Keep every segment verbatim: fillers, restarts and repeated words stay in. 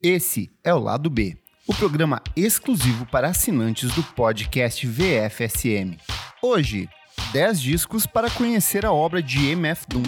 Esse é o Lado B, o programa exclusivo para assinantes do podcast V F S M. Hoje, dez discos para conhecer a obra de M F Doom.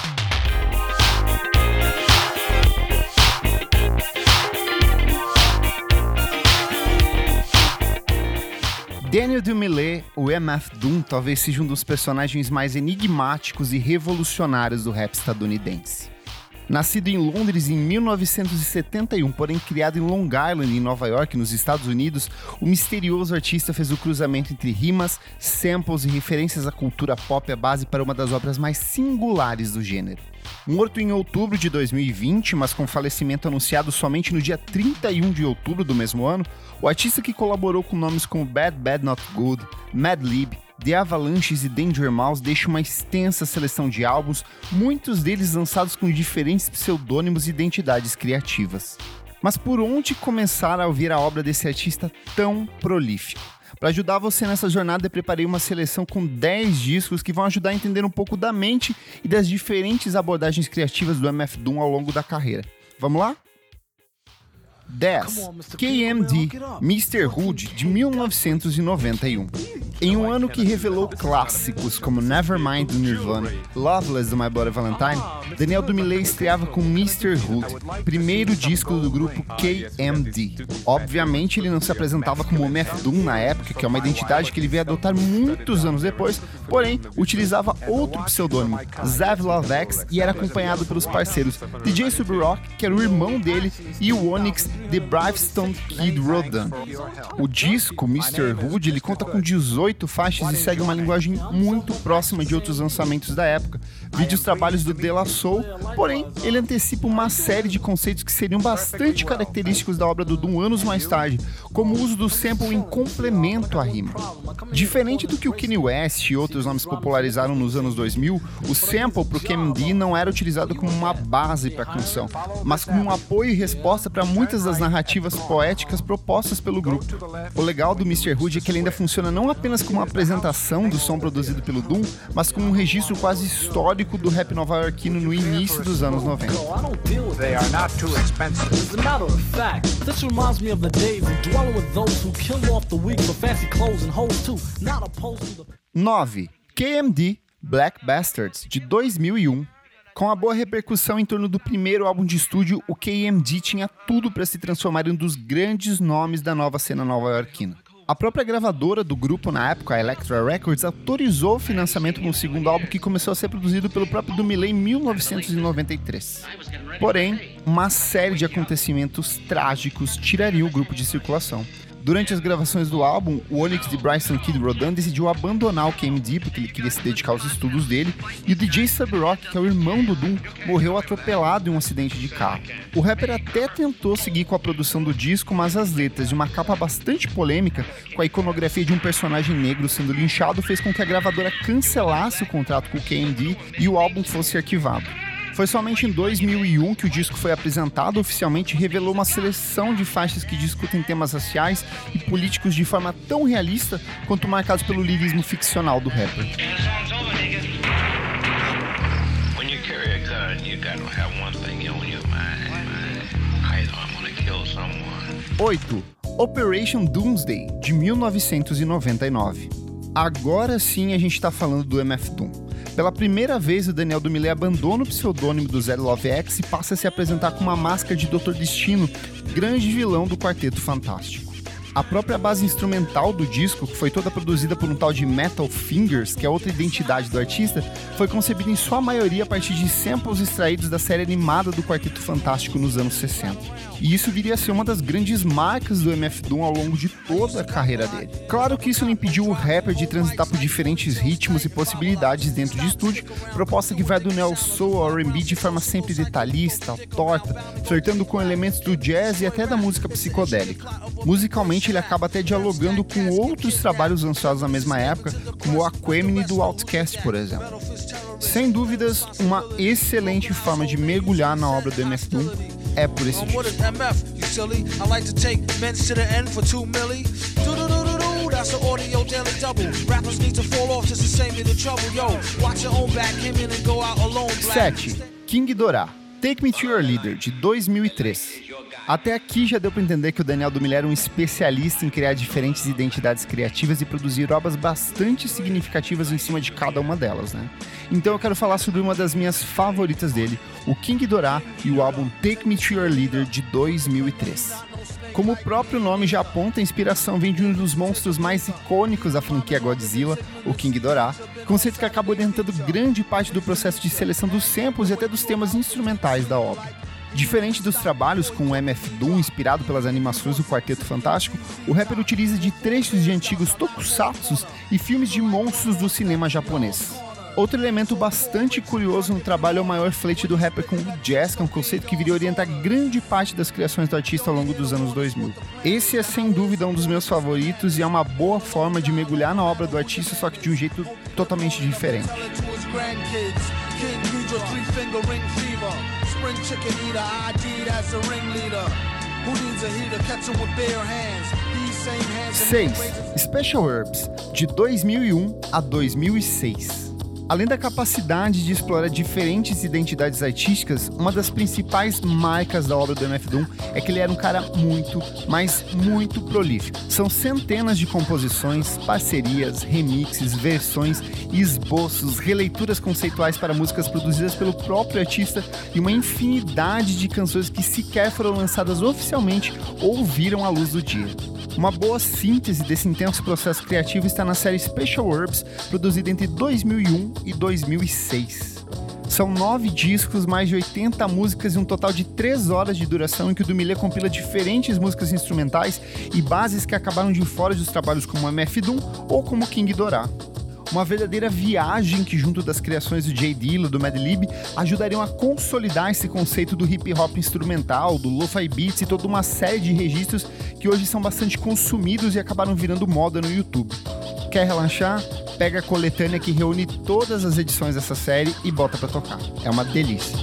Daniel Dumile, o M F Doom, talvez seja um dos personagens mais enigmáticos e revolucionários do rap estadunidense. Nascido em Londres em mil novecentos e setenta e um, porém criado em Long Island, em Nova York, nos Estados Unidos, o misterioso artista fez o cruzamento entre rimas, samples e referências à cultura pop a base para uma das obras mais singulares do gênero. Morto em outubro de dois mil e vinte, mas com falecimento anunciado somente no dia trinta e um de outubro do mesmo ano, o artista que colaborou com nomes como Bad Bad Not Good, Madlib, The Avalanches e Danger Mouse deixa uma extensa seleção de álbuns, muitos deles lançados com diferentes pseudônimos e identidades criativas. Mas por onde começar a ouvir a obra desse artista tão prolífico? Para ajudar você nessa jornada, eu preparei uma seleção com dez discos que vão ajudar a entender um pouco da mente e das diferentes abordagens criativas do M F Doom ao longo da carreira. Vamos lá? dez. K M D, mister Hood, de mil novecentos e noventa e um. Em um ano que revelou clássicos como Nevermind do Nirvana, Loveless do My Bloody Valentine, Daniel Dumile estreava com mister Hood, primeiro disco do grupo K M D. Obviamente ele não se apresentava como M F Doom na época, que é uma identidade que ele veio adotar muitos anos depois, porém utilizava outro pseudônimo, Zav Love X, e era acompanhado pelos parceiros D J Subrock, que era o irmão dele, e o Onyx The Bravestone Kid Rodan. O disco, mister Hood, ele conta com dezoito faixas e segue uma linguagem muito próxima de outros lançamentos da época, vide os trabalhos do De La Soul, porém ele antecipa uma série de conceitos que seriam bastante característicos da obra do Doom anos mais tarde, como o uso do sample em complemento à rima. Diferente do que o Kanye West e outros nomes popularizaram nos anos dois mil, o sample para o K M D não era utilizado como uma base para a canção, mas como um apoio e resposta para muitas das narrativas poéticas propostas pelo grupo. O legal do mister Hood é que ele ainda funciona não apenas como uma apresentação do som produzido pelo Doom, mas como um registro quase histórico do rap nova-iorquino no início dos anos noventa. nove. K M D, Black Bastards, de dois mil e um. Com a boa repercussão em torno do primeiro álbum de estúdio, o K M D tinha tudo para se transformar em um dos grandes nomes da nova cena nova-iorquina. A própria gravadora do grupo na época, a Elektra Records, autorizou o financiamento no segundo álbum, que começou a ser produzido pelo próprio Dumile em mil novecentos e noventa e três. Porém, uma série de acontecimentos trágicos tirariam o grupo de circulação. Durante as gravações do álbum, o Onyx The Bravestone Kid Rodan decidiu abandonar o K M D porque ele queria se dedicar aos estudos dele, e o D J Subrock, que é o irmão do Doom, morreu atropelado em um acidente de carro. O rapper até tentou seguir com a produção do disco, mas as letras de uma capa bastante polêmica, com a iconografia de um personagem negro sendo linchado, fez com que a gravadora cancelasse o contrato com o K M D e o álbum fosse arquivado. Foi somente em dois mil e um que o disco foi apresentado oficialmente e revelou uma seleção de faixas que discutem temas raciais e políticos de forma tão realista quanto marcados pelo lirismo ficcional do rapper. oito. Operation Doomsday, de mil novecentos e noventa e nove. Agora sim a gente está falando do M F Doom. Pela primeira vez, o Daniel Dumile abandona o pseudônimo do Zav Love X e passa a se apresentar com uma máscara de doutor Destino, grande vilão do Quarteto Fantástico. A própria base instrumental do disco, que foi toda produzida por um tal de Metal Fingers, que é outra identidade do artista, foi concebida em sua maioria a partir de samples extraídos da série animada do Quarteto Fantástico nos anos sessenta. E isso viria a ser uma das grandes marcas do M F Doom ao longo de toda a carreira dele. Claro que isso não impediu o rapper de transitar por diferentes ritmos e possibilidades dentro de estúdio, proposta que vai do neo soul ao R and B de forma sempre detalhista, torta, flertando com elementos do jazz e até da música psicodélica. Musicalmente, ele acaba até dialogando com outros trabalhos lançados na mesma época, como o Aquemini do Outkast, por exemplo. Sem dúvidas, uma excelente forma de mergulhar na obra do M F Doom é por esse disco. sete. King Dorá, Take Me to Your Leader, de dois mil e três. Até aqui já deu para entender que o Daniel Dumile era um especialista em criar diferentes identidades criativas e produzir obras bastante significativas em cima de cada uma delas, né? Então eu quero falar sobre uma das minhas favoritas dele, o King Dora e o álbum Take Me to Your Leader, de dois mil e três. Como o próprio nome já aponta, a inspiração vem de um dos monstros mais icônicos da franquia Godzilla, o King Dora, conceito que acabou orientando grande parte do processo de seleção dos samples e até dos temas instrumentais da obra. Diferente dos trabalhos com o M F Doom, inspirado pelas animações do Quarteto Fantástico, o rapper utiliza de trechos de antigos tokusatsu e filmes de monstros do cinema japonês. Outro elemento bastante curioso no trabalho é o maior flerte do rapper com o jazz, que é um conceito que viria a orientar grande parte das criações do artista ao longo dos anos dois mil. Esse é sem dúvida um dos meus favoritos e é uma boa forma de mergulhar na obra do artista, só que de um jeito totalmente diferente. seis. Special Herbs, de dois mil e um a dois mil e seis. Além da capacidade de explorar diferentes identidades artísticas, uma das principais marcas da obra do M F Doom é que ele era um cara muito, mas muito prolífico. São centenas de composições, parcerias, remixes, versões, esboços, releituras conceituais para músicas produzidas pelo próprio artista e uma infinidade de canções que sequer foram lançadas oficialmente ou viram a luz do dia. Uma boa síntese desse intenso processo criativo está na série Special Herbs, produzida entre dois mil e um e dois mil e seis. São nove discos, mais de oitenta músicas e um total de três horas de duração em que o Dumile compila diferentes músicas instrumentais e bases que acabaram de fora dos trabalhos como M F Doom ou como King Dora. Uma verdadeira viagem que, junto das criações do J Dilla, do Madlib, ajudariam a consolidar esse conceito do hip hop instrumental, do lo-fi beats e toda uma série de registros que hoje são bastante consumidos e acabaram virando moda no YouTube. Quer relaxar? Pega a coletânea que reúne todas as edições dessa série e bota pra tocar. É uma delícia.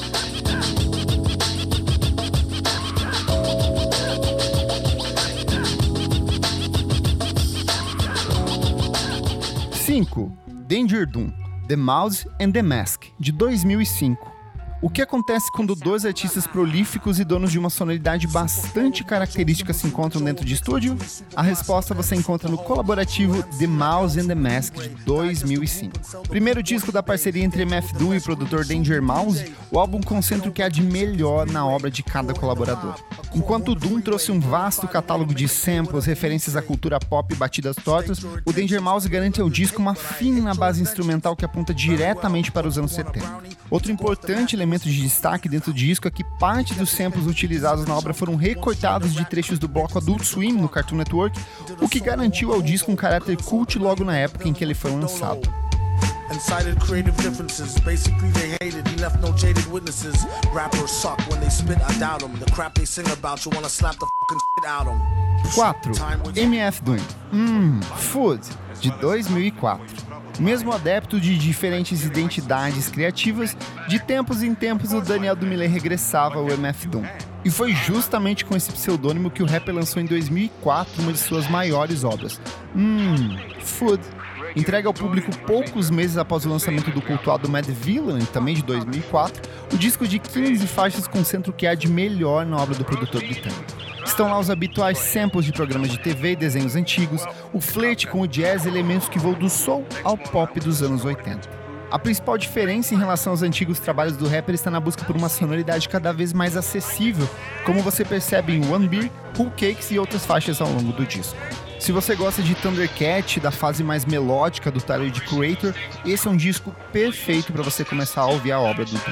cinco. Danger Doom, The Mouse and the Mask, de dois mil e cinco. O que acontece quando dois artistas prolíficos e donos de uma sonoridade bastante característica se encontram dentro de estúdio? A resposta você encontra no colaborativo The Mouse and the Mask, de dois mil e cinco. Primeiro disco da parceria entre M F Doom e o produtor Danger Mouse, o álbum concentra o que há de melhor na obra de cada colaborador. Enquanto o Doom trouxe um vasto catálogo de samples, referências à cultura pop e batidas tortas, o Danger Mouse garante ao disco uma fina base instrumental que aponta diretamente para os anos setenta. Outro importante elemento de destaque dentro do disco é que parte dos samples utilizados na obra foram recortados de trechos do bloco Adult Swim no Cartoon Network, o que garantiu ao disco um caráter cult logo na época em que ele foi lançado. And cited creative differences. Basically they hated, he left no jaded witnesses. Rappers suck when they spit, I doubt them. The crap they sing about, you wanna slap the fucking shit out them. quatro. M F Doom, Mmm, Food, de dois mil e quatro. Mesmo adepto de diferentes identidades criativas, de tempos em tempos o Daniel Dumile regressava ao M F Doom. E foi justamente com esse pseudônimo que o rapper lançou em dois mil e quatro uma de suas maiores obras, Mmm, Food. Entregue ao público poucos meses após o lançamento do cultuado Mad Villain, também de dois mil e quatro, o disco de quinze faixas concentra o que há de melhor na obra do produtor britânico. Estão lá os habituais samples de programas de T V e desenhos antigos, o flerte com o jazz e elementos que voam do soul ao pop dos anos oitenta. A principal diferença em relação aos antigos trabalhos do rapper está na busca por uma sonoridade cada vez mais acessível, como você percebe em One Beer, Whole Cakes e outras faixas ao longo do disco. Se você gosta de Thundercat, da fase mais melódica do Tyler, The Creator, esse é um disco perfeito para você começar a ouvir a obra do Doom.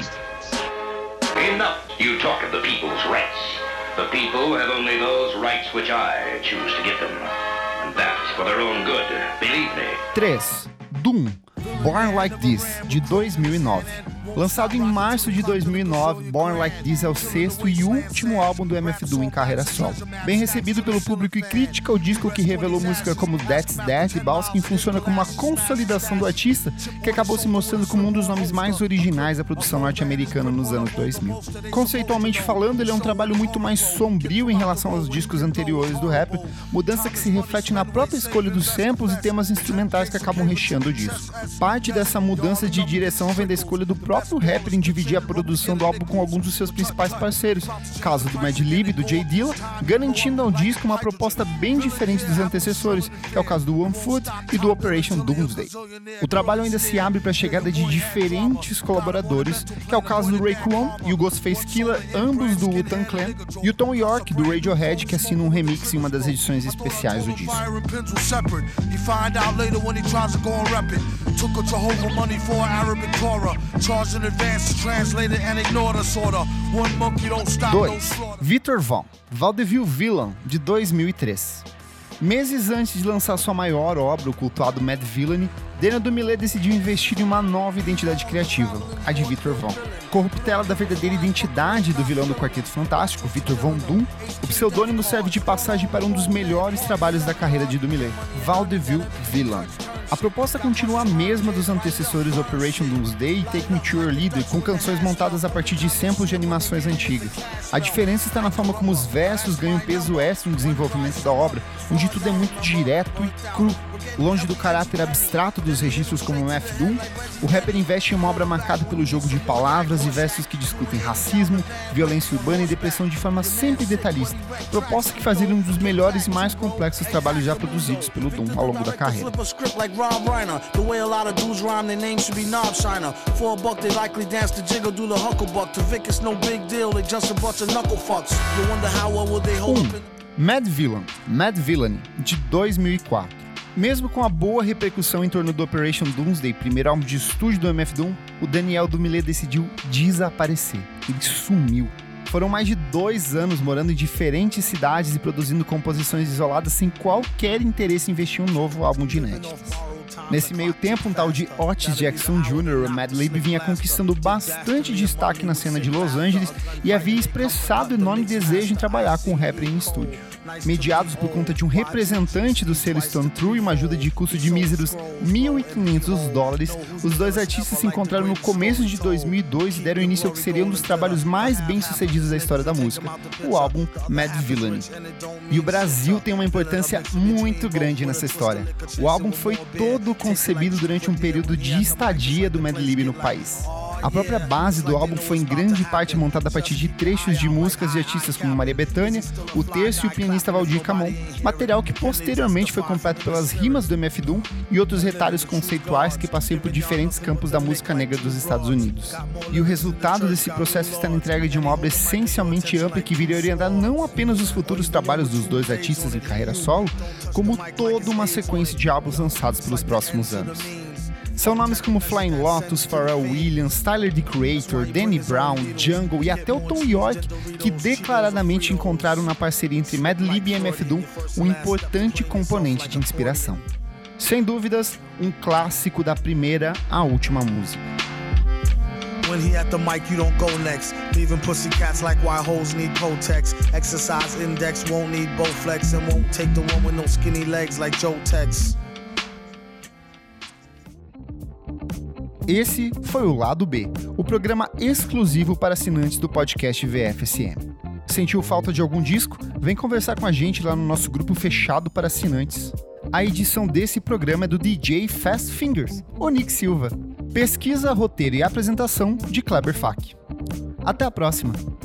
Enough you talk of the people's rights. The people have only those rights which I choose to give them. And that's for their own good, believe me. três. Doom, Born Like This, de dois mil e nove. Lançado em março de dois mil e nove, Born Like This é o sexto e último álbum do M F Doom em carreira solo. Bem recebido pelo público e crítica, o disco que revelou música como That's That e Balskin funciona como uma consolidação do artista, que acabou se mostrando como um dos nomes mais originais da produção norte-americana nos anos dois mil. Conceitualmente falando, ele é um trabalho muito mais sombrio em relação aos discos anteriores do rapper, mudança que se reflete na própria escolha dos samples e temas instrumentais que acabam recheando o disco. Parte dessa mudança de direção vem da escolha do próprio próprio rapper em dividir a produção do álbum com alguns dos seus principais parceiros, caso do Madlib e do J Dilla, garantindo ao disco uma proposta bem diferente dos antecessores, que é o caso do One Foot e do Operation Doomsday. O trabalho ainda se abre para a chegada de diferentes colaboradores, que é o caso do Raekwon e o Ghostface Killah, ambos do Wu-Tang Clan, e o Tom York do Radiohead, que assina um remix em uma das edições especiais do disco. dois. Victor Von, Vaudeville Villain, de dois mil e três. Meses antes de lançar sua maior obra, o cultuado Madvillainy, Daniel Dumile decidiu investir em uma nova identidade criativa, a de Victor Von. Corruptela da verdadeira identidade do vilão do Quarteto Fantástico, Victor Von Doom, o pseudônimo serve de passagem para um dos melhores trabalhos da carreira de Dumile, Vaudeville Villain. A proposta continua a mesma dos antecessores Operation Doomsday e Take Me to Your Leader, com canções montadas a partir de samples de animações antigas. A diferença está na forma como os versos ganham peso extra no desenvolvimento da obra, onde tudo é muito direto e cru. Longe do caráter abstrato dos registros como o M F Doom, o rapper investe em uma obra marcada pelo jogo de palavras e versos que discutem racismo, violência urbana e depressão de forma sempre detalhista, proposta que faz ele um dos melhores e mais complexos trabalhos já produzidos pelo Doom ao longo da carreira. Rob Reiner, the way a lot of dudes rhyme, their names should be Knob Shiner. For a buck, they likely dance the jiggle, do the hucklebuck. To Vic, it's no big deal, they just a bunch of knuckle fucks. You wonder how well will they hold up in... Madvillain, Madvillainy, de dois mil e quatro. Mesmo com a boa repercussão em torno do Operation Doomsday, primeiro álbum de estúdio do M F Doom, o Daniel Dumile decidiu desaparecer. Ele sumiu. Foram mais de dois anos morando em diferentes cidades e produzindo composições isoladas sem qualquer interesse em investir em um novo álbum de inéditas. Nesse meio tempo, um tal de Otis Jackson Júnior, o Madlib, vinha conquistando bastante destaque na cena de Los Angeles e havia expressado enorme desejo em trabalhar com o rapper em estúdio. Mediados por conta de um representante do selo Stone Through e uma ajuda de custo de míseros mil e quinhentos dólares, os dois artistas se encontraram no começo de dois mil e dois e deram início ao que seria um dos trabalhos mais bem-sucedidos da história da música, o álbum Madvillainy. E o Brasil tem uma importância muito grande nessa história. O álbum foi todo concebido durante um período de estadia do Madlib no país. A própria base do álbum foi em grande parte montada a partir de trechos de músicas de artistas como Maria Bethânia, o Terço e o pianista Valdir Camon, material que posteriormente foi completo pelas rimas do M F Doom e outros retalhos conceituais que passeiam por diferentes campos da música negra dos Estados Unidos. E o resultado desse processo está na entrega de uma obra essencialmente ampla que viria orientar não apenas os futuros trabalhos dos dois artistas em carreira solo, como toda uma sequência de álbuns lançados pelos próximos anos. São nomes como Flying Lotus, Pharrell Williams, Tyler, the Creator, Danny Brown, Jungle e até o Tom York, que declaradamente encontraram na parceria entre Madlib e M F Doom um importante componente de inspiração. Sem dúvidas, um clássico da primeira à última música. When he at the mic, you don't go next. Leaving pussycats like why hoes need Protex. Exercise index won't need Bowflex and won't take the one with no skinny legs like Joe Tex. Esse foi o Lado B, o programa exclusivo para assinantes do podcast V F S M. Sentiu falta de algum disco? Vem conversar com a gente lá no nosso grupo fechado para assinantes. A edição desse programa é do D J Fast Fingers, o Nick Silva. Pesquisa, roteiro e apresentação de Kleber Fak. Até a próxima!